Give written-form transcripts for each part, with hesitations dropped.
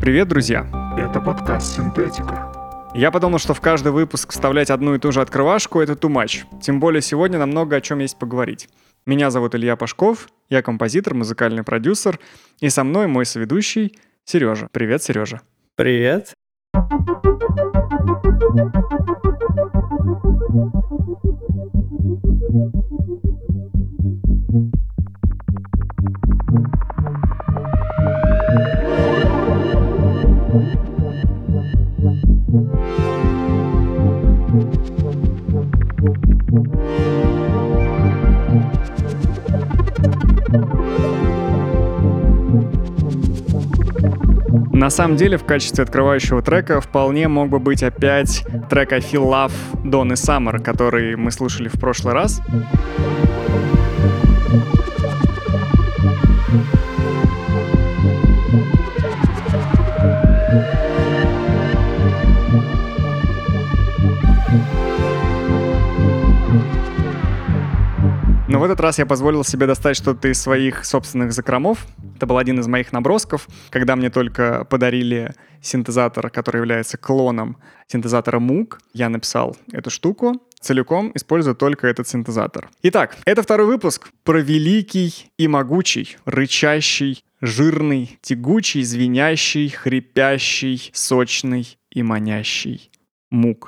Привет, друзья! Это подкаст «Синтетика». Я подумал, что в каждый выпуск вставлять одну и ту же открывашку — это too much. Тем более сегодня нам много о чем есть поговорить. Меня зовут Илья Пашков, я композитор, музыкальный продюсер, и со мной мой соведущий Сережа. Привет, Сережа. Привет. На самом деле, в качестве открывающего трека вполне мог бы быть опять трек I Feel Love Donny Summer, который мы слушали в прошлый раз. Но в этот раз я позволил себе достать что-то из своих собственных закромов. Это был один из моих набросков, когда мне только подарили синтезатор, который является клоном синтезатора Moog. Я написал эту штуку, целиком используя только этот синтезатор. Итак, это второй выпуск про великий и могучий, рычащий, жирный, тягучий, звенящий, хрипящий, сочный и манящий Moog.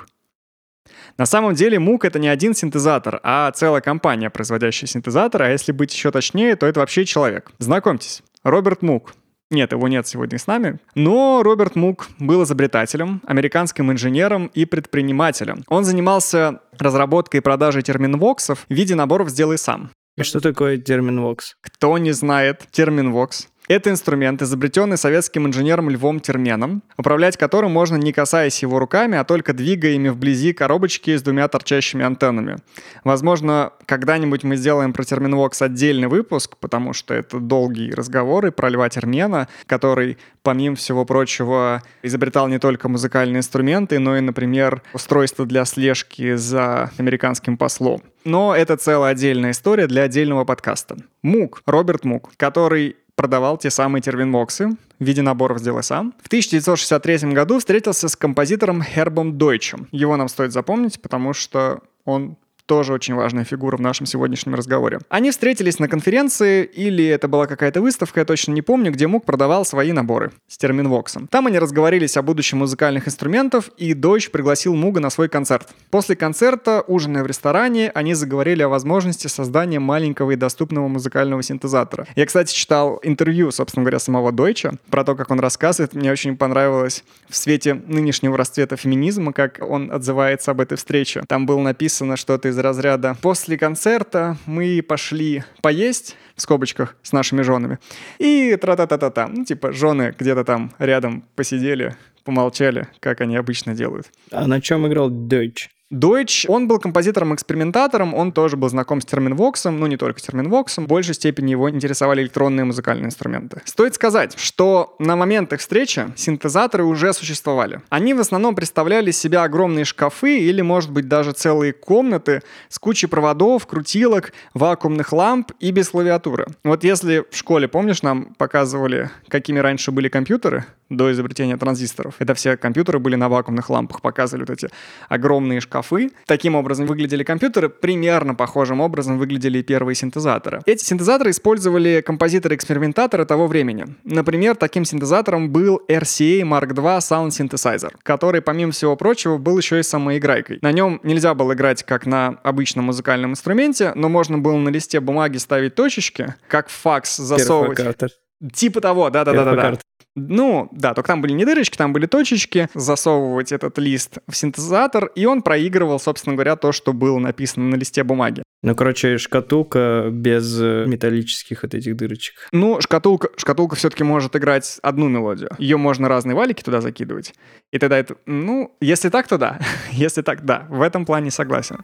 На самом деле Moog — это не один синтезатор, а целая компания, производящая синтезаторы, а если быть еще точнее, то это вообще человек. Знакомьтесь, Роберт Moog. Нет, его нет сегодня с нами. Но Роберт Moog был изобретателем, американским инженером и предпринимателем. Он занимался разработкой и продажей терминвоксов в виде наборов «Сделай сам». А что такое терминвокс? Кто не знает, терминвокс — это инструмент, изобретенный советским инженером Львом Терменом, управлять которым можно не касаясь его руками, а только двигая ими вблизи коробочки с двумя торчащими антеннами. Возможно, когда-нибудь мы сделаем про терминвокс отдельный выпуск, потому что это долгие разговоры про Льва Термена, который, помимо всего прочего, изобретал не только музыкальные инструменты, но и, например, устройство для слежки за американским послом. Но это целая отдельная история для отдельного подкаста. Moog, Роберт Moog, который продавал те самые терминвоксы в виде наборов «Сделай сам». В 1963 году встретился с композитором Хербом Дойчем. Его нам стоит запомнить, потому что он тоже очень важная фигура в нашем сегодняшнем разговоре. Они встретились на конференции, или это была какая-то выставка, я точно не помню, где Moog продавал свои наборы с терминвоксом. Там они разговорились о будущем музыкальных инструментов, и Дойч пригласил Moog на свой концерт. После концерта, ужиная в ресторане, они заговорили о возможности создания маленького и доступного музыкального синтезатора. Я, кстати, читал интервью, собственно говоря, самого Дойча про то, как он рассказывает. Мне очень понравилось в свете нынешнего расцвета феминизма, как он отзывается об этой встрече. Там было написано что-то из разряда: после концерта мы пошли поесть, в скобочках, с нашими женами, и тра-та-та-та-та. Жены где-то там рядом посидели, помолчали, как они обычно делают. А на чем играл Дойч? Дойч, он был композитором-экспериментатором, он тоже был знаком с терминвоксом, но не только с терминвоксом, в большей степени его интересовали электронные музыкальные инструменты. Стоит сказать, что на момент их встречи синтезаторы уже существовали. Они в основном представляли из себя огромные шкафы или, может быть, даже целые комнаты с кучей проводов, крутилок, вакуумных ламп и без клавиатуры. Вот если в школе, помнишь, нам показывали, какими раньше были компьютеры до изобретения транзисторов, это все компьютеры были на вакуумных лампах, показывали вот эти огромные шкафы. Таким образом выглядели компьютеры, примерно похожим образом выглядели и первые синтезаторы. Эти синтезаторы использовали композиторы-экспериментаторы того времени. Например, таким синтезатором был RCA Mark II Sound Synthesizer, который, помимо всего прочего, был еще и самоиграйкой. На нем нельзя было играть как на обычном музыкальном инструменте, но можно было на листе бумаги ставить точечки, как в факс засовывать. Типа того, да-да-да-да. Ну, да, только там были не дырочки, там были точечки, засовывать этот лист в синтезатор, и он проигрывал, собственно говоря, то, что было написано на листе бумаги. Ну, короче, шкатулка без металлических вот этих дырочек. Ну, шкатулка все-таки может играть одну мелодию. Ее можно разные валики туда закидывать. И тогда это, ну, если так, то да. Если так, да. В этом плане согласен.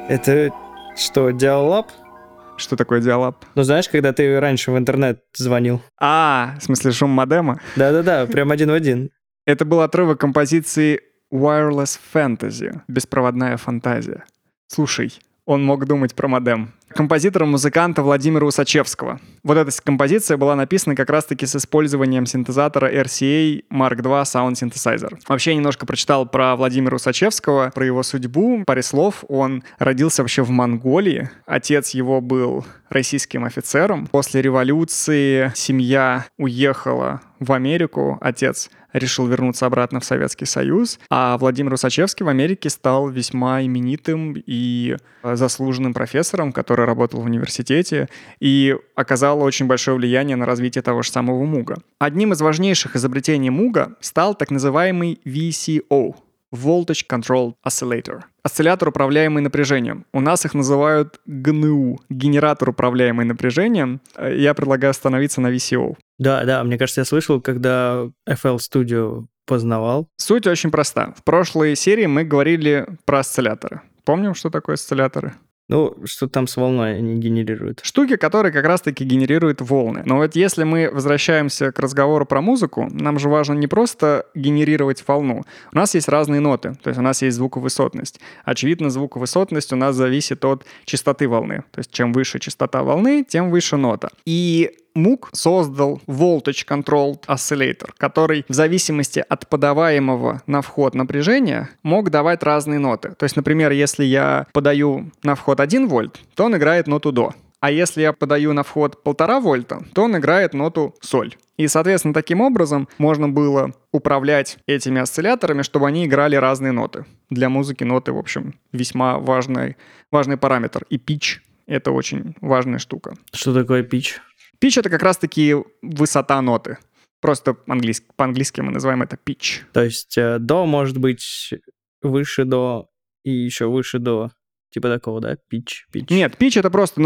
Это что, Dial-Up? Что такое диалап? Ну, знаешь, когда ты раньше в интернет звонил. В смысле шум модема? Да-да-да, прям один в один. Это был отрывок композиции Wireless Fantasy, беспроводная фантазия. Слушай, он мог думать про модем. Композитора-музыканта Владимира Усачевского. Вот эта композиция была написана как раз-таки с использованием синтезатора RCA Mark II Sound Synthesizer. Вообще, я немножко прочитал про Владимира Усачевского, про его судьбу. Паре слов. Он родился вообще в Монголии. Отец его был российским офицером. После революции семья уехала в Америку. Отец решил вернуться обратно в Советский Союз, а Владимир Усачевский в Америке стал весьма именитым и заслуженным профессором, который работал в университете и оказал очень большое влияние на развитие того же самого Муга. Одним из важнейших изобретений Муга стал так называемый VCO — Voltage Controlled Oscillator. Осциллятор, управляемый напряжением. У нас их называют ГНУ — генератор, управляемый напряжением. Я предлагаю остановиться на VCO. Да, мне кажется, я слышал, когда FL Studio познавал. Суть очень проста. В прошлой серии мы говорили про осцилляторы. Помним, что такое осцилляторы? Ну, что там с волной они генерируют? Штуки, которые как раз-таки генерируют волны. Но вот если мы возвращаемся к разговору про музыку, нам же важно не просто генерировать волну. У нас есть разные ноты, то есть у нас есть звуковысотность. Очевидно, звуковысотность у нас зависит от частоты волны. То есть чем выше частота волны, тем выше нота. И Moog создал Voltage Controlled Oscillator, который в зависимости от подаваемого на вход напряжения мог давать разные ноты. То есть, например, если я подаю на вход 1 вольт, то он играет ноту до. А если я подаю на вход 1,5 вольта, то он играет ноту соль. И, соответственно, таким образом можно было управлять этими осцилляторами, чтобы они играли разные ноты. Для музыки ноты, в общем, весьма важный параметр. И pitch — это очень важная штука. Что такое pitch? Pitch — это как раз-таки высота ноты. Просто по-английски мы называем это pitch. То есть до может быть выше до и еще выше до. Типа такого, да? Pitch. Нет, pitch — это просто,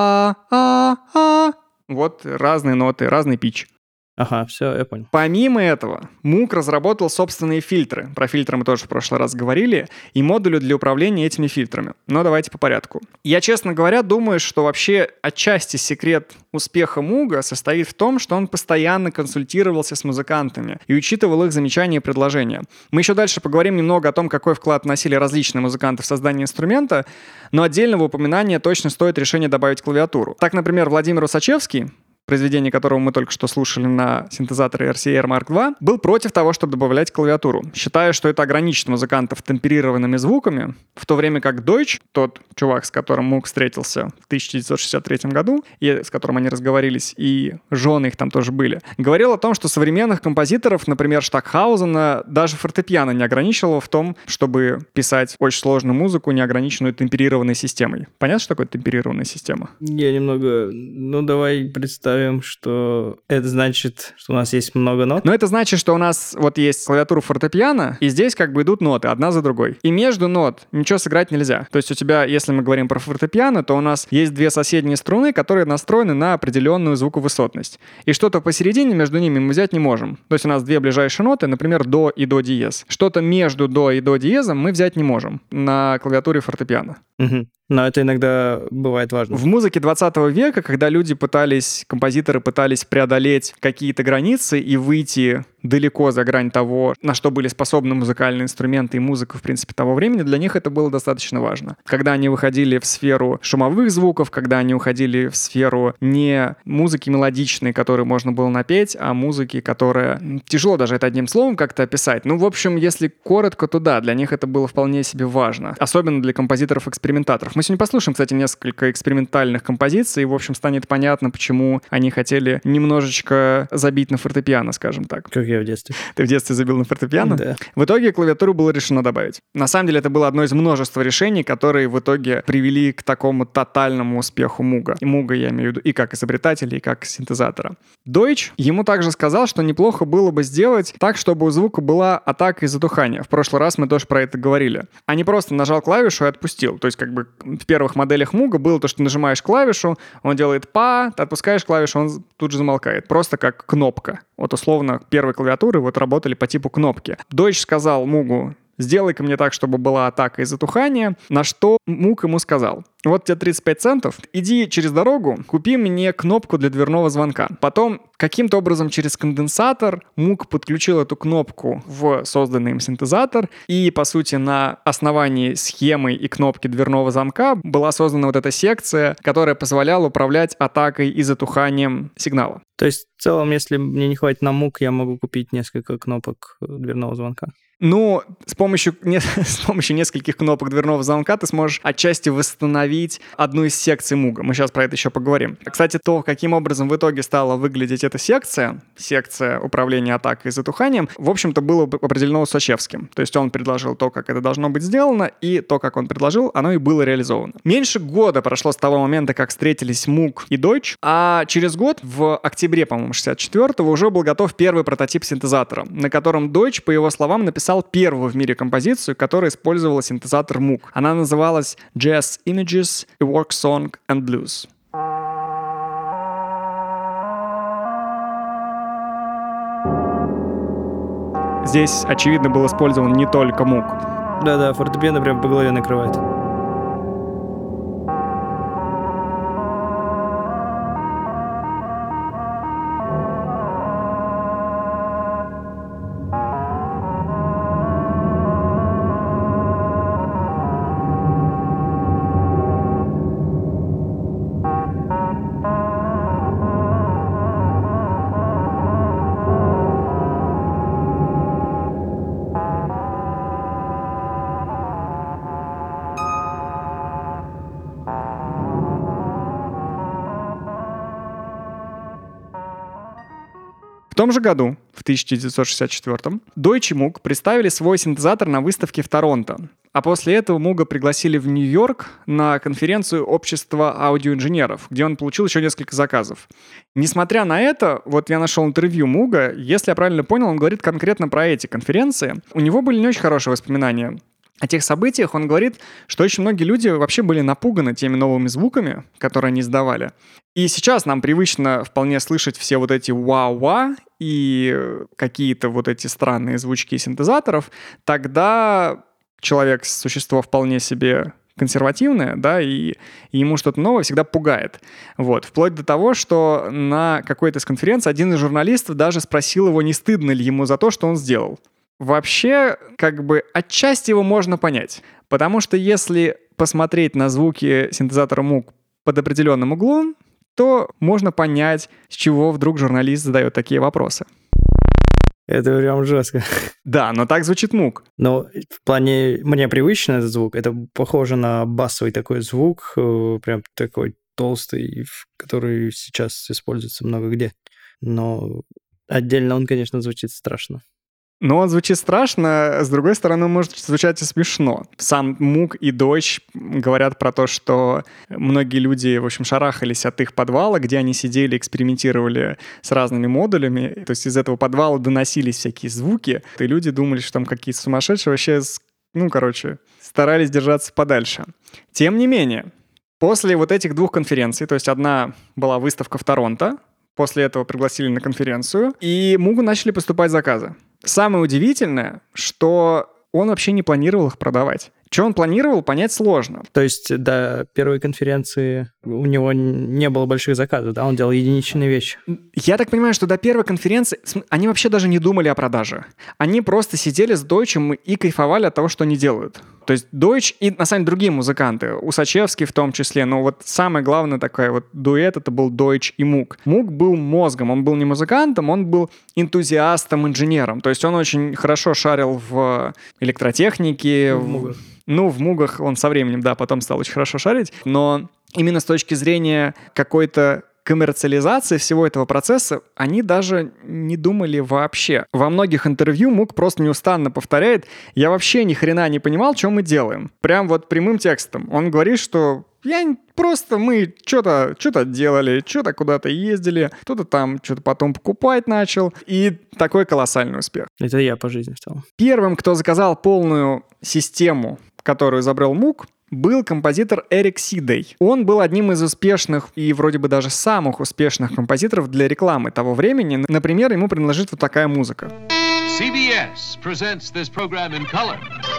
Вот разные ноты, разный pitch. Ага, все, я понял. Помимо этого, Moog разработал собственные фильтры. Про фильтры мы тоже в прошлый раз говорили. И модули для управления этими фильтрами. Но давайте по порядку. Я, честно говоря, думаю, что вообще отчасти секрет успеха Moog состоит в том, что он постоянно консультировался с музыкантами и учитывал их замечания и предложения. Мы еще дальше поговорим немного о том, какой вклад вносили различные музыканты в создание инструмента, но отдельного упоминания точно стоит решение добавить клавиатуру. Так, например, Владимир Усачевский, произведение которого мы только что слушали на синтезаторе RCA Mark II, был против того, чтобы добавлять клавиатуру, считая, что это ограничит музыкантов темперированными звуками, в то время как Deutsch, тот чувак, с которым Moog встретился в 1963 году, и с которым они разговорились, и жены их там тоже были, говорил о том, что современных композиторов, например, Штокхаузена, даже фортепиано не ограничивало в том, чтобы писать очень сложную музыку, не ограниченную темперированной системой. Понятно, что такое темперированная система? Я немного... Ну, давай представим, что это значит, что у нас есть много нот. Но это значит, что у нас вот есть клавиатура фортепиано, и здесь как бы идут ноты одна за другой. И между нот ничего сыграть нельзя. То есть у тебя, если мы говорим про фортепиано, то у нас есть две соседние струны, которые настроены на определенную звуковысотность. И что-то посередине между ними мы взять не можем. То есть у нас две ближайшие ноты, например, до и до диез. Что-то между до и до диезом мы взять не можем на клавиатуре фортепиано. Угу. Но это иногда бывает важно. В музыке 20 века, когда композиторы пытались преодолеть какие-то границы и выйти далеко за грань того, на что были способны музыкальные инструменты и музыка, в принципе, того времени, для них это было достаточно важно. Когда они выходили в сферу шумовых звуков, когда они уходили в сферу не музыки мелодичной, которую можно было напеть, а музыки, которая... Тяжело даже это одним словом как-то описать. Ну, в общем, если коротко, то да, для них это было вполне себе важно. Особенно для композиторов-экспериментаторов. Мы сегодня послушаем, кстати, несколько экспериментальных композиций, и, в общем, станет понятно, почему они хотели немножечко забить на фортепиано, скажем так. Как я в детстве. Ты в детстве забил на фортепиано? Да. В итоге клавиатуру было решено добавить. На самом деле это было одно из множества решений, которые в итоге привели к такому тотальному успеху Муга. И Муга я имею в виду и как изобретателя, и как синтезатора. Deutsch ему также сказал, что неплохо было бы сделать так, чтобы у звука была атака и затухание. В прошлый раз мы тоже про это говорили. А не просто нажал клавишу и отпустил. То есть как бы в первых моделях Муга было то, что нажимаешь клавишу, он делает па, ты отпускаешь клавишу, он тут же замолкает. Просто как кнопка. Вот условно первые клавиатуры вот работали по типу кнопки. Deutsch сказал Мугу: сделай-ка мне так, чтобы была атака и затухание, на что Мук ему сказал: вот тебе 35 центов, иди через дорогу, купи мне кнопку для дверного звонка. Потом каким-то образом через конденсатор Мук подключил эту кнопку в созданный им синтезатор, и, по сути, на основании схемы и кнопки дверного замка была создана вот эта секция, которая позволяла управлять атакой и затуханием сигнала. То есть, в целом, если мне не хватит на Мук, я могу купить несколько кнопок дверного звонка? Ну, с помощью нескольких кнопок дверного замка ты сможешь отчасти восстановить одну из секций Муга. Мы сейчас про это еще поговорим. Кстати, то, каким образом в итоге стала выглядеть эта секция управления атакой и затуханием, в общем-то, было определено Усачевским. То есть он предложил то, как это должно быть сделано, и то, как он предложил, оно и было реализовано. Меньше года прошло с того момента, как встретились Мук и Deutsch, а через год, в октябре, по-моему, 64-го, уже был готов первый прототип синтезатора, на котором Deutsch, по его словам, написал первую в мире композицию, которая использовала синтезатор Moog. Она называлась Jazz Images, A Work Song and Blues. Здесь, очевидно, был использован не только Moog. Да-да, фортепиано прям по голове накрывает. В том же году, в 1964-м, Deutsch и Moog представили свой синтезатор на выставке в Торонто. А после этого Муга пригласили в Нью-Йорк на конференцию общества аудиоинженеров, где он получил еще несколько заказов. Несмотря на это, вот я нашел интервью Муга, если я правильно понял, он говорит конкретно про эти конференции. У него были не очень хорошие воспоминания о тех событиях. Он говорит, что очень многие люди вообще были напуганы теми новыми звуками, которые они издавали. И сейчас нам привычно вполне слышать все вот эти «ва-ва» и какие-то вот эти странные звучки синтезаторов. Тогда человек — существо вполне себе консервативное, да, и ему что-то новое всегда пугает. Вот. Вплоть до того, что на какой-то из конференций один из журналистов даже спросил его, не стыдно ли ему за то, что он сделал. Вообще, как бы отчасти его можно понять. Потому что если посмотреть на звуки синтезатора Moog под определенным углом, то можно понять, с чего вдруг журналист задает такие вопросы. Это прям жестко. Да, но так звучит Moog. Но в плане... Мне привычен этот звук. Это похоже на басовый такой звук, прям такой толстый, который сейчас используется много где. Но отдельно он, конечно, звучит страшно. Но он звучит страшно, с другой стороны, может звучать и смешно. Сам Moog и Deutsch говорят про то, что многие люди, в общем, шарахались от их подвала, где они сидели, экспериментировали с разными модулями. То есть из этого подвала доносились всякие звуки, и люди думали, что там какие-то сумасшедшие вообще, старались держаться подальше. Тем не менее, после вот этих двух конференций, то есть одна была выставка в Торонто, после этого пригласили на конференцию, и Moog начали поступать заказы. Самое удивительное, что он вообще не планировал их продавать. Что он планировал, понять сложно. То есть до первой конференции у него не было больших заказов, да? Он делал единичные вещи. Я так понимаю, что до первой конференции они вообще даже не думали о продаже. Они просто сидели с Deutsch'ем и кайфовали от того, что они делают. То есть Deutsch и, на самом деле, другие музыканты, Усачевский в том числе, но вот самое главное такое вот дуэт, это был Deutsch и Moog. Moog был мозгом, он был не музыкантом, он был энтузиастом, инженером. То есть он очень хорошо шарил в электротехнике. В Мугах он со временем, да, потом стал очень хорошо шарить, но именно с точки зрения какой-то коммерциализации всего этого процесса они даже не думали вообще. Во многих интервью Moog просто неустанно повторяет: я вообще ни хрена не понимал, что мы делаем. Прям вот прямым текстом. Он говорит, что мы что-то делали, что-то куда-то ездили, кто-то там что-то потом покупать начал. И такой колоссальный успех. Это я по жизни стал. Первым, кто заказал полную систему, которую изобрел Moog, был композитор Эрик Сидей. Он был одним из успешных и вроде бы даже самых успешных композиторов для рекламы того времени. Например, ему принадлежит вот такая музыка. CBS presents this program in color.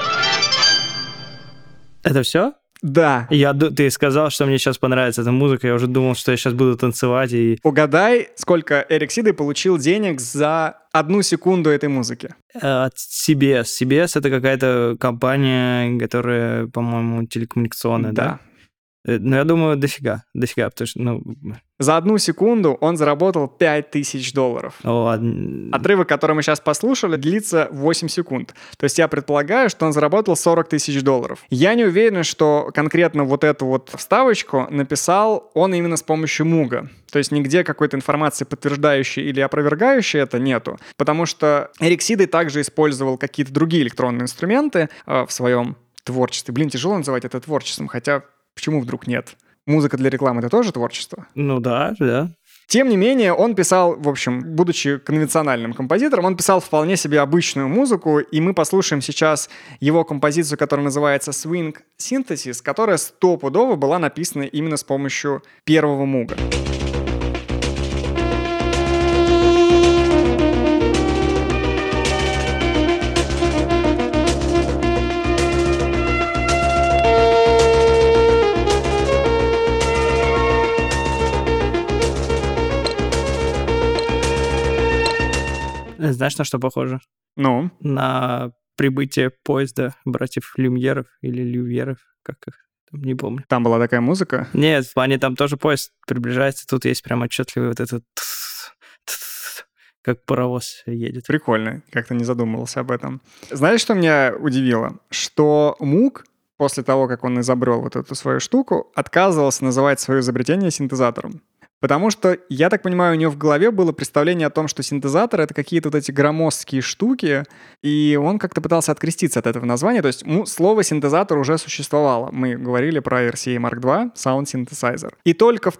Это все? Да. Ты сказал, что мне сейчас понравится эта музыка, я уже думал, что я сейчас буду танцевать и... Угадай, сколько Эрик Сидай получил денег за 1 секунду этой музыки. От CBS. CBS — это какая-то компания, которая, по-моему, телекоммуникационная, да? Ну, я думаю, дофига, потому что, За 1 секунду он заработал $5000. Отрывок, который мы сейчас послушали, длится 8 секунд. То есть я предполагаю, что он заработал $40 000. Я не уверен, что конкретно вот эту вот вставочку написал он именно с помощью Муга. То есть нигде какой-то информации, подтверждающей или опровергающей это, нету. Потому что Эрик Сидай также использовал какие-то другие электронные инструменты в своем творчестве. Тяжело называть это творчеством, хотя... Почему вдруг нет? Музыка для рекламы — это тоже творчество? Ну да. Тем не менее, он писал, в общем, будучи конвенциональным композитором, он писал вполне себе обычную музыку, и мы послушаем сейчас его композицию, которая называется Swing Synthesis, которая стопудово была написана именно с помощью первого Муга. Знаешь, на что похоже? Ну? На прибытие поезда братьев Люмьеров или Люмьеров, как их, не помню. Там была такая музыка? Нет, в плане там тоже поезд приближается, тут есть прям отчетливый вот этот... как паровоз едет. Прикольно, как-то не задумывался об этом. Знаешь, что меня удивило? Что Муг, после того, как он изобрел вот эту свою штуку, отказывался называть свое изобретение синтезатором. Потому что, я так понимаю, у него в голове было представление о том, что синтезатор — это какие-то вот эти громоздкие штуки, и он как-то пытался откреститься от этого названия. То есть слово «синтезатор» уже существовало. Мы говорили про RCA Mark II, Sound Synthesizer. И только в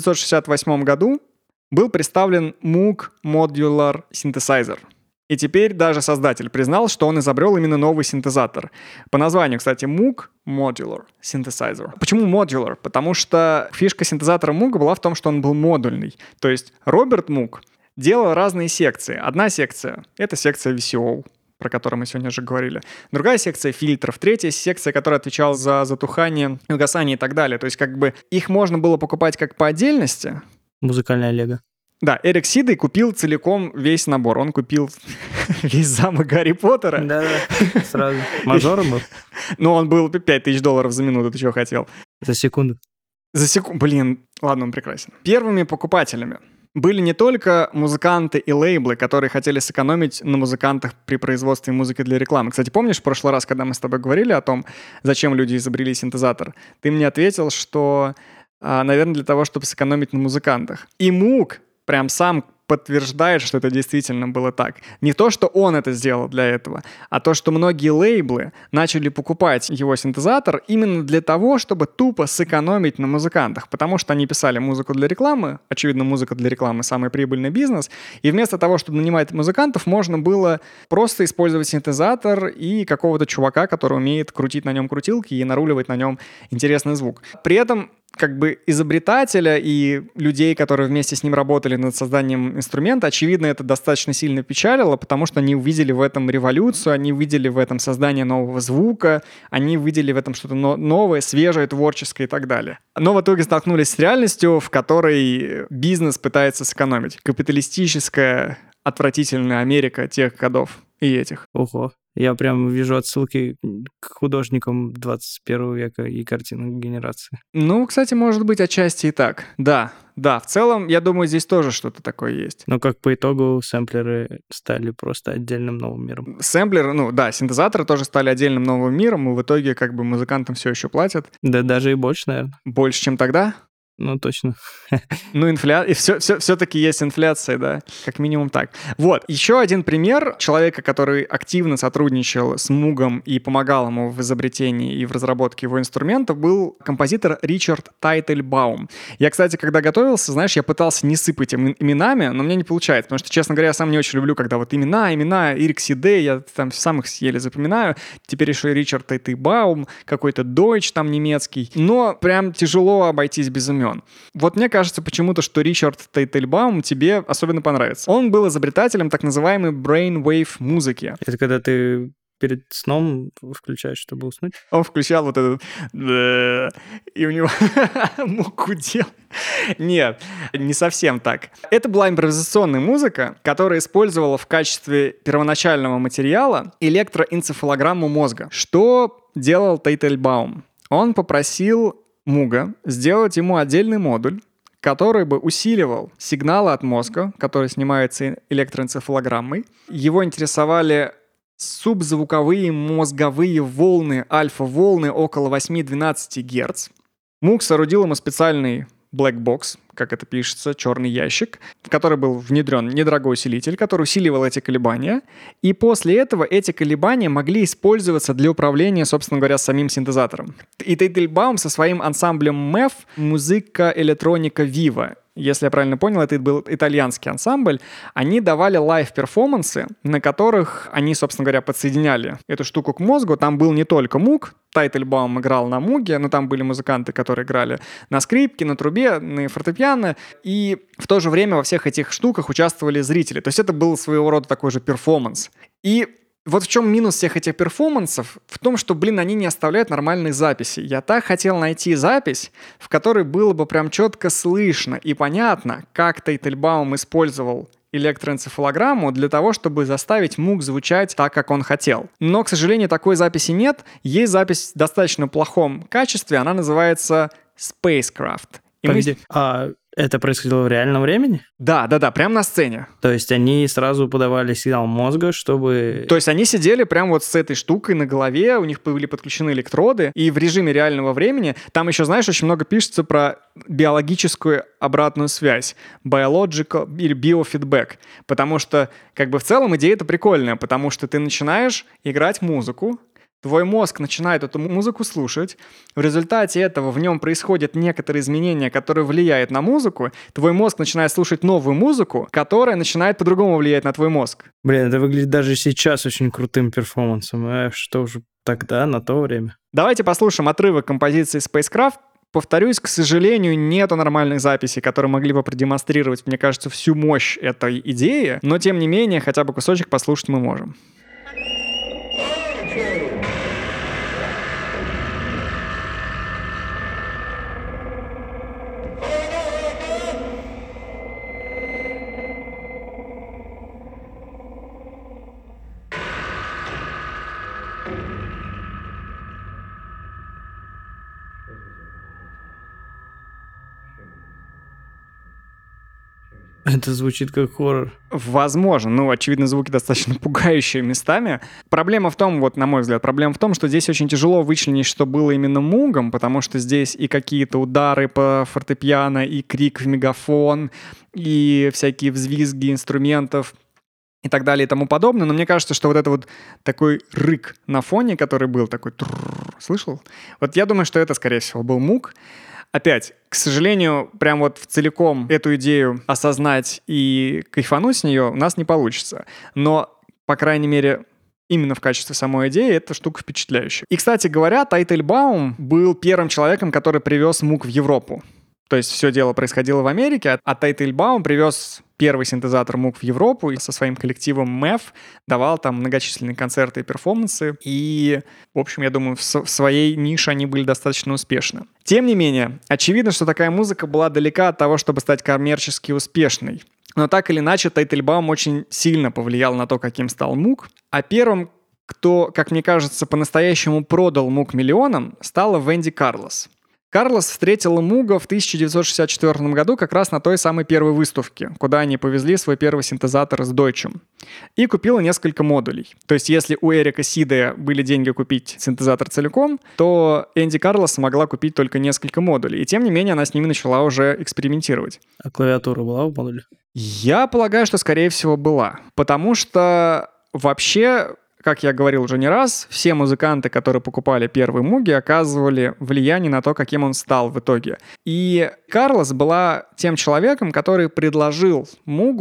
1968 году был представлен Moog Modular Synthesizer. И теперь даже создатель признал, что он изобрел именно новый синтезатор. По названию, кстати, Moog Modular Synthesizer. Почему Modular? Потому что фишка синтезатора Moog была в том, что он был модульный. То есть Роберт Муг делал разные секции. Одна секция — это секция VCO, про которую мы сегодня уже говорили. Другая секция фильтров. Третья секция, которая отвечала за затухание, угасание и так далее. То есть как бы их можно было покупать как по отдельности. Музыкальное лего. Да, Эрик Сидай купил целиком весь набор. Он купил весь замок Гарри Поттера. Да-да, сразу. Мажором был? Ну, он был $5000 за минуту. Ты чего хотел? За секунду. За секунду. Блин, ладно, он прекрасен. Первыми покупателями были не только музыканты и лейблы, которые хотели сэкономить на музыкантах при производстве музыки для рекламы. Кстати, помнишь в прошлый раз, когда мы с тобой говорили о том, зачем люди изобрели синтезатор? Ты мне ответил, что, наверное, для того, чтобы сэкономить на музыкантах. И Муг прям сам подтверждает, что это действительно было так. Не то, что он это сделал для этого, а то, что многие лейблы начали покупать его синтезатор именно для того, чтобы тупо сэкономить на музыкантах, потому что они писали музыку для рекламы, очевидно, музыка для рекламы — самый прибыльный бизнес, и вместо того, чтобы нанимать музыкантов, можно было просто использовать синтезатор и какого-то чувака, который умеет крутить на нем крутилки и наруливать на нем интересный звук. При этом как бы изобретателя и людей, которые вместе с ним работали над созданием инструмента, очевидно, это достаточно сильно печалило, потому что они увидели в этом революцию, они увидели в этом создание нового звука, они увидели в этом что-то новое, свежее, творческое и так далее. Но в итоге столкнулись с реальностью, в которой бизнес пытается сэкономить. Капиталистическая, отвратительная Америка тех годов и этих. Ого. Я прям вижу отсылки к художникам 21 века и картинам генерации. Ну, кстати, может быть, отчасти и так. Да, в целом, я думаю, здесь тоже что-то такое есть. Но как по итогу сэмплеры стали просто отдельным новым миром. Сэмплеры, синтезаторы тоже стали отдельным новым миром, и в итоге как бы музыкантам все еще платят. Да даже и больше, наверное. Больше, чем тогда? Ну, точно. Ну, все-таки есть инфляция, да, как минимум так. Вот, еще один пример человека, который активно сотрудничал с Мугом и помогал ему в изобретении и в разработке его инструментов, был композитор Ричард Тайтельбаум. Я, кстати, когда готовился, знаешь, я пытался не сыпать именами, но мне не получается, потому что, честно говоря, я сам не очень люблю, когда вот имена, Эрик Сидай, я там сам их еле запоминаю. Теперь еще Ричард Тайтельбаум, какой-то Deutsch там немецкий. Но прям тяжело обойтись без имен. времен. Вот мне кажется почему-то, что Ричард Тейтельбаум тебе особенно понравится. Он был изобретателем так называемой brainwave музыки. Это когда ты перед сном включаешь, чтобы уснуть? Он включал вот этот... И у него мук гудел. Нет, не совсем так. Это была импровизационная музыка, которая использовала в качестве первоначального материала электроэнцефалограмму мозга. Что делал Тейтельбаум? Он попросил Муга сделать ему отдельный модуль, который бы усиливал сигналы от мозга, который снимается электроэнцефалограммой. Его интересовали субзвуковые мозговые волны, альфа-волны около 8-12 Гц. Мук соорудил ему специальный black box, как это пишется, черный ящик, в который был внедрен недорогой усилитель, который усиливал эти колебания. И после этого эти колебания могли использоваться для управления, собственно говоря, самим синтезатором. И Тейтельбаум со своим ансамблем MEF «Музыка электроника Viva», если я правильно понял, это был итальянский ансамбль, они давали лайв-перформансы, на которых они, собственно говоря, подсоединяли эту штуку к мозгу. Там был не только Мук, Тейтельбаум играл на Муге, но там были музыканты, которые играли на скрипке, на трубе, на фортепиано, и в то же время во всех этих штуках участвовали зрители. То есть это был своего рода такой же перформанс. И вот в чем минус всех этих перформансов? В том, что, они не оставляют нормальных записей. Я так хотел найти запись, в которой было бы прям четко слышно и понятно, как Тейтельбаум использовал электроэнцефалограмму для того, чтобы заставить Мук звучать так, как он хотел. Но, к сожалению, такой записи нет. Есть запись в достаточно плохом качестве, она называется Spacecraft. Погоди, а это происходило в реальном времени? Да, прямо на сцене. То есть они сразу подавали сигнал мозга, чтобы... То есть они сидели прямо вот с этой штукой на голове, у них были подключены электроды, и в режиме реального времени, там еще, знаешь, очень много пишется про биологическую обратную связь, biological или biofeedback, потому что, в целом идея-то прикольная, потому что ты начинаешь играть музыку, твой мозг начинает эту музыку слушать, в результате этого в нем происходят некоторые изменения, которые влияют на музыку, твой мозг начинает слушать новую музыку, которая начинает по-другому влиять на твой мозг. Это выглядит даже сейчас очень крутым перформансом, а что уже тогда, на то время? Давайте послушаем отрывок композиции Spacecraft. Повторюсь, к сожалению, нету нормальных записей, которые могли бы продемонстрировать, мне кажется, всю мощь этой идеи, но тем не менее, хотя бы кусочек послушать мы можем. Это звучит как хоррор. Возможно. Очевидно, звуки достаточно пугающие местами. Проблема в том, на мой взгляд, что здесь очень тяжело вычленить, что было именно Мугом, потому что здесь и какие-то удары по фортепиано, и крик в мегафон, и всякие взвизги инструментов и так далее и тому подобное. Но мне кажется, что вот это вот такой рык на фоне, который был такой... Слышал? Я думаю, что это, скорее всего, был Муг. Опять, к сожалению, прям целиком эту идею осознать и кайфануть с нее у нас не получится. Но, по крайней мере, именно в качестве самой идеи эта штука впечатляющая. И, кстати говоря, Тейтельбаум был первым человеком, который привез Муг в Европу. То есть все дело происходило в Америке, а Тейтельбаум привез первый синтезатор Муг в Европу и со своим коллективом MEF давал там многочисленные концерты и перформансы. И, в общем, я думаю, в своей нише они были достаточно успешны. Тем не менее, очевидно, что такая музыка была далека от того, чтобы стать коммерчески успешной. Но так или иначе, Тейтельбаум очень сильно повлиял на то, каким стал Муг. А первым, кто, как мне кажется, по-настоящему продал Муг миллионам, стала Венди Карлос. Карлос встретила Муга в 1964 году как раз на той самой первой выставке, куда они повезли свой первый синтезатор с Deutschем, и купила несколько модулей. То есть если у Эрика Сидея были деньги купить синтезатор целиком, то Энди Карлос смогла купить только несколько модулей. И тем не менее она с ними начала уже экспериментировать. А клавиатура была в модуле? Я полагаю, что, скорее всего, была. Потому что вообще... Как я говорил уже не раз, все музыканты, которые покупали первые Муги, оказывали влияние на то, каким он стал в итоге. И Карлос была тем человеком, который предложил Мугу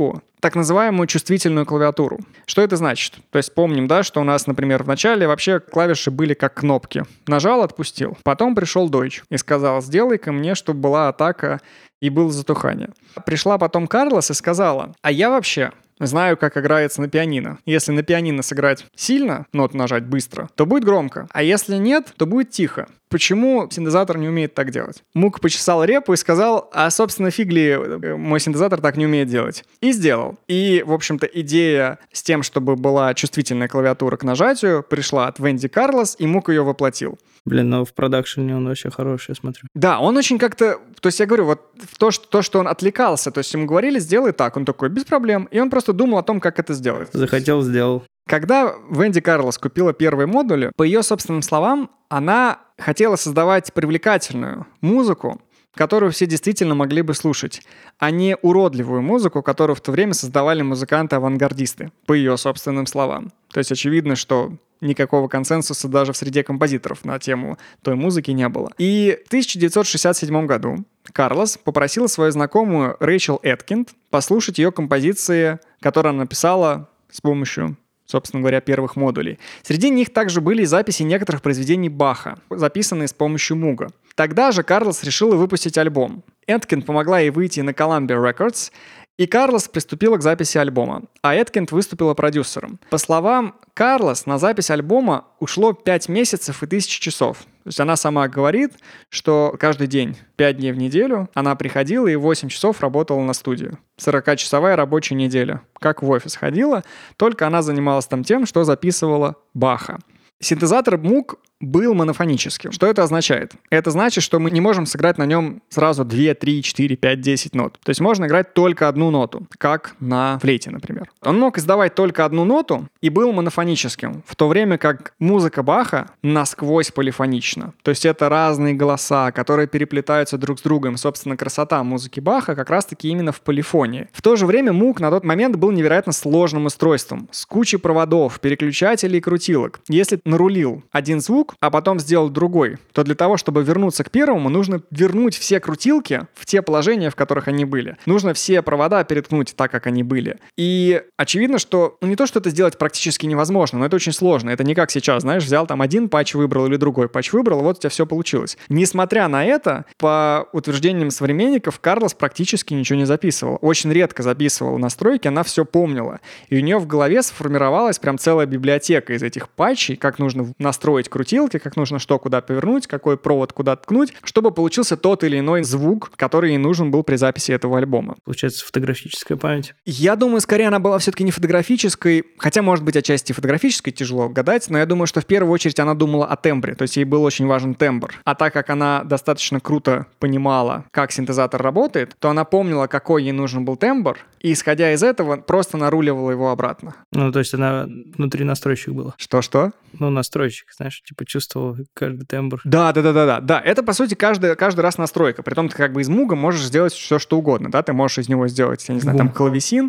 так называемую чувствительную клавиатуру. Что это значит? То есть помним, да, что у нас, например, в начале вообще клавиши были как кнопки. Нажал, отпустил. Потом пришел Deutsch и сказал: сделай-ка мне, чтобы была атака и было затухание. Пришла потом Карлос и сказала: а я вообще знаю, как играется на пианино. Если на пианино сыграть сильно, ноту нажать быстро, то будет громко. А если нет, то будет тихо. Почему синтезатор не умеет так делать? Мук почесал репу и сказал: а, собственно, фиг ли мой синтезатор так не умеет делать. И сделал. И, в общем-то, идея с тем, чтобы была чувствительная клавиатура к нажатию, пришла от Венди Карлос, и Мук ее воплотил. Блин, но в продакшене он вообще хороший, я смотрю. Да, он очень как-то... То есть я говорю, вот то, что он отвлекался, то есть ему говорили: сделай так, он такой: без проблем. И он просто думал о том, как это сделать. Захотел, сделал. Когда Венди Карлос купила первые модули, по ее собственным словам, она хотела создавать привлекательную музыку, которую все действительно могли бы слушать, а не уродливую музыку, которую в то время создавали музыканты-авангардисты, по ее собственным словам. То есть очевидно, что никакого консенсуса даже в среде композиторов на тему той музыки не было. И в 1967 году Карлос попросила свою знакомую Рэйчел Эткинд послушать ее композиции, которые она написала с помощью, собственно говоря, первых модулей. Среди них также были записи некоторых произведений Баха, записанные с помощью Муга. Тогда же Карлос решила выпустить альбом. Эткинд помогла ей выйти на Columbia Records, и Карлос приступила к записи альбома, а Эткинд выступила продюсером. По словам Карлос, на запись альбома ушло 5 месяцев и 1000 часов. То есть она сама говорит, что каждый день, 5 дней в неделю, она приходила и 8 часов работала на студию. 40-часовая рабочая неделя. Как в офис ходила, только она занималась там тем, что записывала Баха. Синтезатор Moog был монофоническим. Что это означает? Это значит, что мы не можем сыграть на нем сразу 2, 3, 4, 5, 10 нот. То есть можно играть только одну ноту, как на флейте, например. Он мог издавать только одну ноту и был монофоническим, в то время как музыка Баха насквозь полифонична. То есть это разные голоса, которые переплетаются друг с другом. Собственно, красота музыки Баха как раз-таки именно в полифонии. В то же время Moog на тот момент был невероятно сложным устройством, с кучей проводов, переключателей и крутилок. Если нарулил один звук, а потом сделал другой, то для того, чтобы вернуться к первому, нужно вернуть все крутилки в те положения, в которых они были. Нужно все провода переткнуть так, как они были. И очевидно, что не то, что это сделать практически невозможно, но это очень сложно. Это не как сейчас, знаешь, взял там один патч выбрал или другой патч выбрал, вот у тебя все получилось. Несмотря на это, по утверждениям современников, Карлос практически ничего не записывал. Очень редко записывала настройки, она все помнила. И у нее в голове сформировалась прям целая библиотека из этих патчей, как нужно настроить крутилки, как нужно что куда повернуть, какой провод куда ткнуть, чтобы получился тот или иной звук, который ей нужен был при записи этого альбома. Получается, фотографическая память. Я думаю, скорее она была все-таки не фотографической, хотя, может быть, отчасти фотографической, тяжело гадать, но я думаю, что в первую очередь она думала о тембре, то есть ей был очень важен тембр. А так как она достаточно круто понимала, как синтезатор работает, то она помнила, какой ей нужен был тембр, и, исходя из этого, просто наруливала его обратно. Ну, то есть она внутри настройщик была. Что-что? Ну, настройщик, знаешь, типа чувствовал каждый тембр. Да, это, по сути, каждый раз настройка. Притом ты как бы из Муга можешь сделать все, что угодно, да? Ты можешь из него сделать, я не знаю, там клавесин,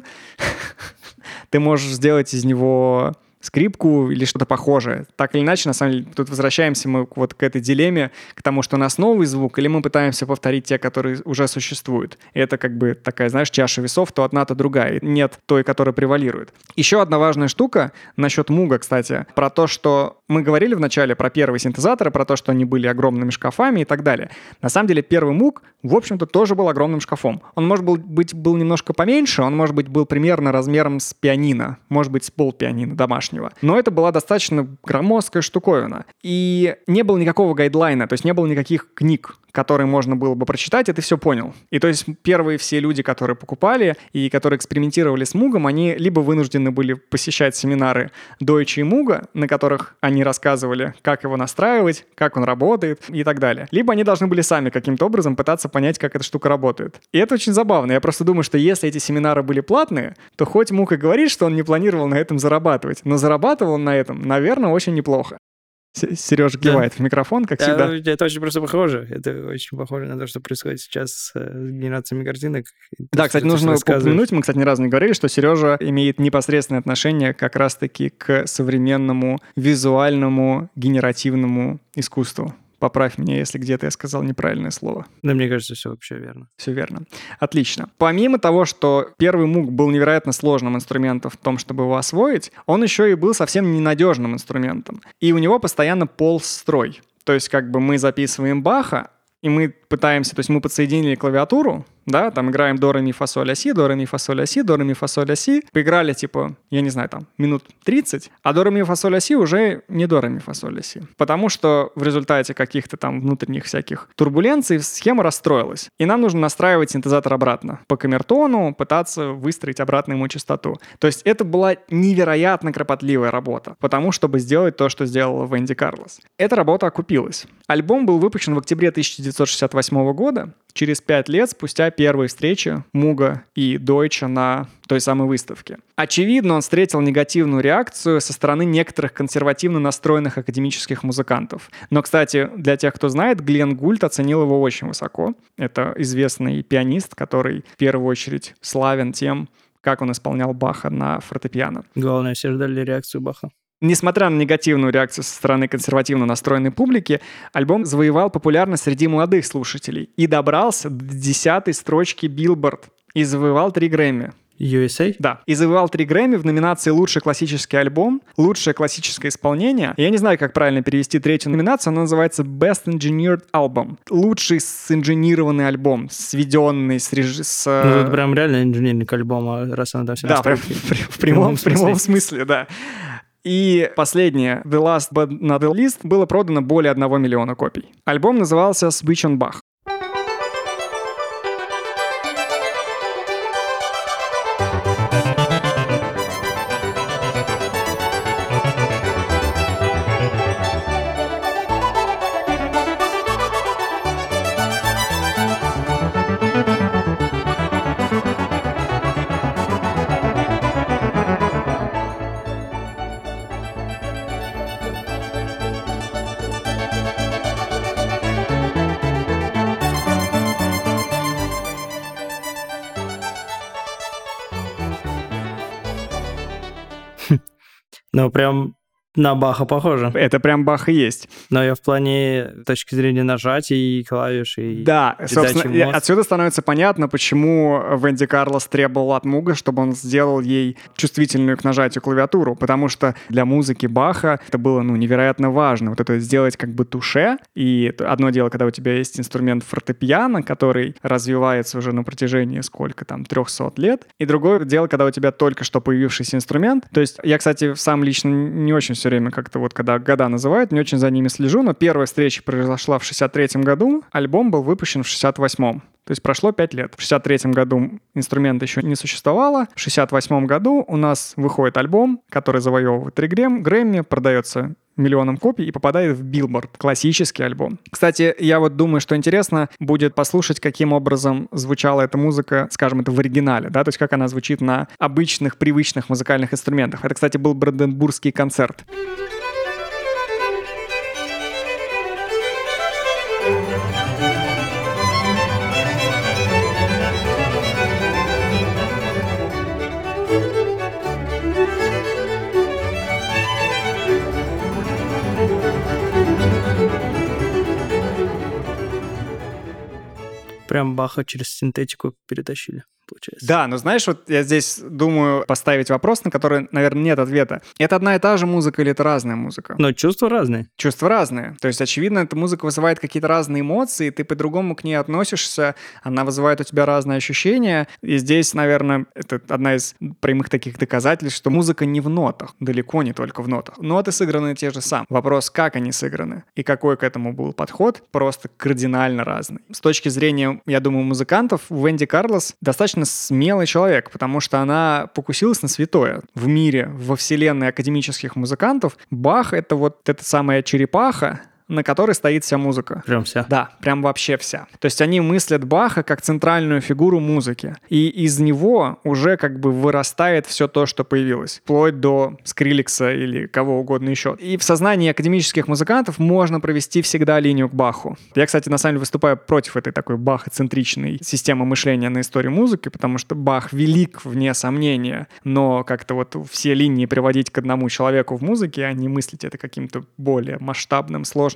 ты можешь сделать из него скрипку или что-то похожее. Так или иначе, на самом деле, тут возвращаемся мы вот к этой дилемме, к тому, что у нас новый звук, или мы пытаемся повторить те, которые уже существуют. И это как бы такая, знаешь, чаша весов, то одна, то другая. Нет той, которая превалирует. Еще одна важная штука насчет Муга, кстати, про то, что мы говорили вначале про первые синтезаторы, про то, что они были огромными шкафами и так далее. На самом деле, первый Муг, в общем-то, тоже был огромным шкафом. Он, может быть, был немножко поменьше, он, может быть, был примерно размером с пианино, может быть, с полпианино домашнего. Но это была достаточно громоздкая штуковина. И не было никакого гайдлайна, то есть не было никаких книг, которые можно было бы прочитать, и ты все понял. И то есть первые все люди, которые покупали и которые экспериментировали с Мугом, они либо вынуждены были посещать семинары Deutsch и Муга, на которых они рассказывали, как его настраивать, как он работает и так далее. Либо они должны были сами каким-то образом пытаться понять, как эта штука работает. И это очень забавно. Я просто думаю, что если эти семинары были платные, то хоть Муг и говорит, что он не планировал на этом зарабатывать, но зарабатывал он на этом, наверное, очень неплохо. Сережа кивает в микрофон, как всегда. Это очень просто похоже. Это очень похоже на то, что происходит сейчас с генерациями картинок. Да, кстати, нужно упомянуть, мы, кстати, ни разу не говорили, что Сережа имеет непосредственное отношение как раз-таки к современному визуальному генеративному искусству. Поправь меня, если где-то я сказал неправильное слово. Да, мне кажется, все вообще верно. Все верно. Отлично. Помимо того, что первый Moog был невероятно сложным инструментом в том, чтобы его освоить, он еще и был совсем ненадежным инструментом. И у него постоянно полз строй. То есть как бы мы записываем Баха, и мы пытаемся, то есть мы подсоединили клавиатуру, да, там играем до, ре, ми, фа, соль, ля, си, до, ре, ми, фа, соль, ля, си, до, ре, ми, фа, соль, ля, си. Поиграли, типа, я не знаю, там, минут 30, а до, ре, ми, фа, соль, ля, си уже не до, ре, ми, фа, соль, ля, си. Потому что в результате каких-то там внутренних всяких турбуленций схема расстроилась. И нам нужно настраивать синтезатор обратно. По камертону пытаться выстроить обратно ему частоту. То есть это была невероятно кропотливая работа, потому чтобы сделать то, что сделала Венди Карлос. Эта работа окупилась. Альбом был выпущен в октябре 1968 года, через 5 лет спустя первой встречи Муга и Дойча на той самой выставке. Очевидно, он встретил негативную реакцию со стороны некоторых консервативно настроенных академических музыкантов. Но, кстати, для тех, кто знает, Глен Гульд оценил его очень высоко. Это известный пианист, который в первую очередь славен тем, как он исполнял Баха на фортепиано. Главное, все ждали реакцию Баха. Несмотря на негативную реакцию со стороны консервативно настроенной публики, альбом завоевал популярность среди молодых слушателей и добрался до 10-й строчки Billboard и завоевал 3 Грэмми. USA? Да. И завоевал 3 Грэмми в номинации «Лучший классический альбом», «Лучшее классическое исполнение». Я не знаю, как правильно перевести третью номинацию, она называется «Best Engineered Album». Лучший синженированный альбом, сведенный с... Ну, это прям реально инженерник альбома, раз она там все да, прям в прямом смысле, да. И последнее, The Last But Not The Least, было продано более 1 миллиона копий. Альбом назывался «Switch on Bach». Ну, прям на Баха похоже. Это прям Бах и есть. Но я в плане точки зрения нажатий, клавиш и да, собственно, отсюда становится понятно, почему Венди Карлос требовал от Муга, чтобы он сделал ей чувствительную к нажатию клавиатуру, потому что для музыки Баха это было, невероятно важно. Вот это сделать как бы туше, и одно дело, когда у тебя есть инструмент фортепиано, который развивается уже на протяжении сколько там, 300 лет, и другое дело, когда у тебя только что появившийся инструмент. То есть я, кстати, сам лично не очень все время как-то вот, когда года называют, не очень за ними слежу, но первая встреча произошла в 63-м году, альбом был выпущен в 68-м. То есть прошло 5 лет. В 63-м году инструмента еще не существовало. В 68-м году у нас выходит альбом, который завоевывает 3 Грэмми, продается миллионом копий и попадает в Billboard. Классический альбом. Кстати, я вот думаю, что интересно будет послушать, каким образом звучала эта музыка, скажем, это в оригинале, да, то есть как она звучит на обычных, привычных музыкальных инструментах. Это, кстати, был Бранденбургский концерт. Прям Баха через синтетику перетащили, получается. Да, но знаешь, вот я здесь думаю поставить вопрос, на который, наверное, нет ответа. Это одна и та же музыка или это разная музыка? Но чувства разные. Чувства разные. То есть, очевидно, эта музыка вызывает какие-то разные эмоции, ты по-другому к ней относишься, она вызывает у тебя разные ощущения. И здесь, наверное, это одна из прямых таких доказательств, что музыка не в нотах, далеко не только в нотах. Ноты сыграны те же самые. Вопрос, как они сыграны и какой к этому был подход, просто кардинально разный. С точки зрения, я думаю, музыкантов, Венди Карлос достаточно смелый человек, потому что она покусилась на святое. В мире, во вселенной академических музыкантов Бах — это вот эта самая черепаха, на которой стоит вся музыка. Прям вся? Да, прям вообще вся. То есть они мыслят Баха как центральную фигуру музыки. И из него уже как бы вырастает все то, что появилось. Вплоть до Скриллекса или кого угодно еще. И в сознании академических музыкантов можно провести всегда линию к Баху. Я, кстати, на самом деле выступаю против этой такой бахоцентричной системы мышления на истории музыки, потому что Бах велик, вне сомнения, но как-то вот все линии приводить к одному человеку в музыке, а не мыслить это каким-то более масштабным, сложным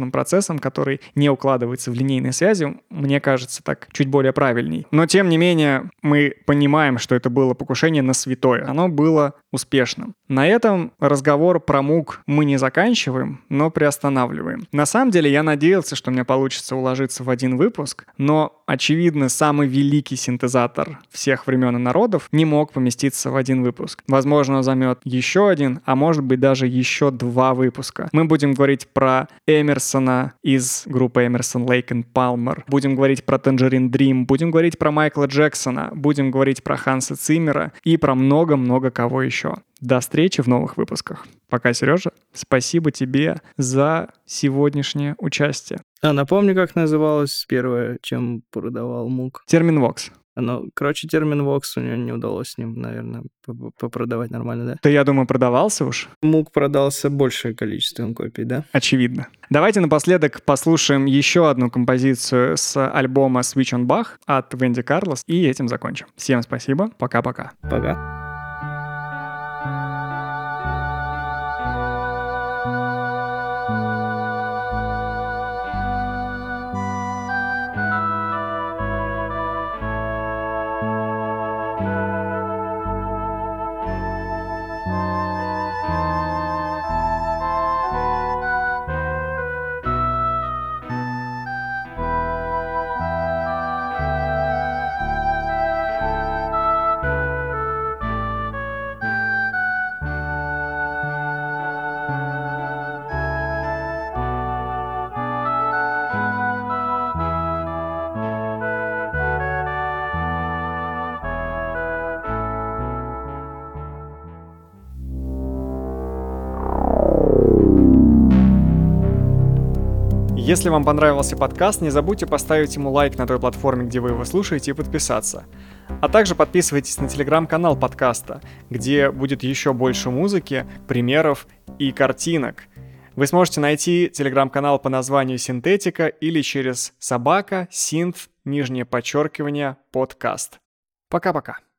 сложным процессом, который не укладывается в линейной связи, мне кажется, так чуть более правильней. Но, тем не менее, мы понимаем, что это было покушение на святое. Оно было успешным. На этом разговор про МУК мы не заканчиваем, но приостанавливаем. На самом деле, я надеялся, что мне получится уложиться в один выпуск, но, очевидно, самый великий синтезатор всех времен и народов не мог поместиться в один выпуск. Возможно, он займет еще один, а может быть даже еще 2 выпуска. Мы будем говорить про Эмерсона из группы Emerson, Lake and Palmer, будем говорить про Tangerine Dream, будем говорить про Майкла Джексона, будем говорить про Ханса Циммера и про много-много кого еще. До встречи в новых выпусках. Пока, Сережа, спасибо тебе за сегодняшнее участие. Напомни, как называлось первое, чем продавал МУК? Terminvox. Terminvox у него не удалось с ним, наверное, попродавать нормально, да? Да, я думаю, продавался уж. МУК продался большее количеством копий, да? Очевидно. Давайте напоследок послушаем еще одну композицию с альбома Switch on Bach от Венди Карлос и этим закончим. Всем спасибо. Пока-пока. Пока. Если вам понравился подкаст, не забудьте поставить ему лайк на той платформе, где вы его слушаете, и подписаться. А также подписывайтесь на телеграм-канал подкаста, где будет еще больше музыки, примеров и картинок. Вы сможете найти телеграм-канал по названию Синтетика или через @синт_подкаст. Пока-пока.